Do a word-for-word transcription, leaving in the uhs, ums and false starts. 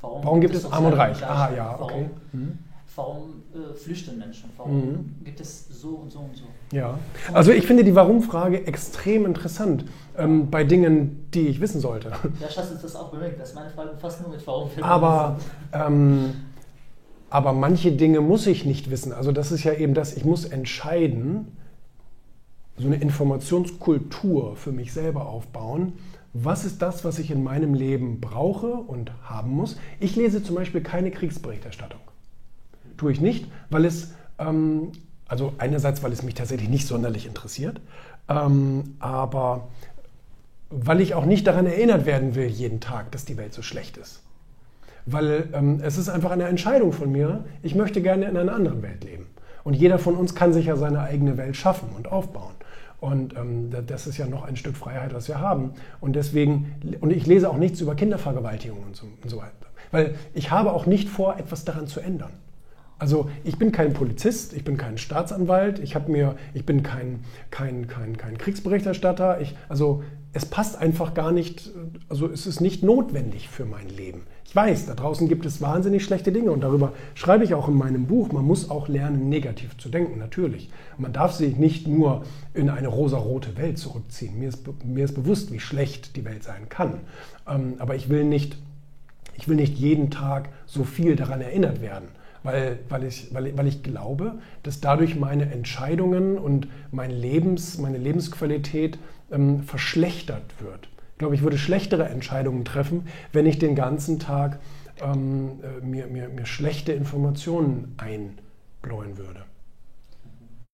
Warum, warum gibt es Arm und Reich? Ah, ja, okay. Warum, mhm. warum äh, flüchten Menschen? Warum mhm. gibt es so und so und so? Ja, also ich finde die Warum-Frage extrem interessant ähm, bei Dingen, die ich wissen sollte. Ja, Schatz, ist das auch bemerkt, dass meine Frage fast nur mit Warum verbunden aber, ähm, aber manche Dinge muss ich nicht wissen. Also das ist ja eben das, ich muss entscheiden, so eine Informationskultur für mich selber aufbauen. Was ist das, was ich in meinem Leben brauche und haben muss? Ich lese zum Beispiel keine Kriegsberichterstattung. Tue ich nicht, weil es, ähm, also einerseits, weil es mich tatsächlich nicht sonderlich interessiert, ähm, aber weil ich auch nicht daran erinnert werden will jeden Tag, dass die Welt so schlecht ist. Weil ähm, es ist einfach eine Entscheidung von mir, ich möchte gerne in einer anderen Welt leben. Und jeder von uns kann sich ja seine eigene Welt schaffen und aufbauen. Und ähm, das ist ja noch ein Stück Freiheit, was wir haben. Und deswegen, und ich lese auch nichts über Kindervergewaltigung und so, und so weiter. Weil ich habe auch nicht vor, etwas daran zu ändern. Also ich bin kein Polizist, ich bin kein Staatsanwalt, ich, hab mir, ich bin kein, kein, kein, kein Kriegsberichterstatter. Ich, also es passt einfach gar nicht, also es ist nicht notwendig für mein Leben. Ich weiß, da draußen gibt es wahnsinnig schlechte Dinge und darüber schreibe ich auch in meinem Buch. Man muss auch lernen, negativ zu denken, natürlich. Man darf sich nicht nur in eine rosarote Welt zurückziehen. Mir ist, mir ist bewusst, wie schlecht die Welt sein kann. Ähm, aber ich will nicht, ich will nicht jeden Tag so viel daran erinnert werden. Weil, weil, ich, weil, weil ich glaube, dass dadurch meine Entscheidungen und mein Lebens, meine Lebensqualität ähm, verschlechtert wird. Ich glaube, ich würde schlechtere Entscheidungen treffen, wenn ich den ganzen Tag ähm, mir, mir, mir schlechte Informationen einbläuen würde.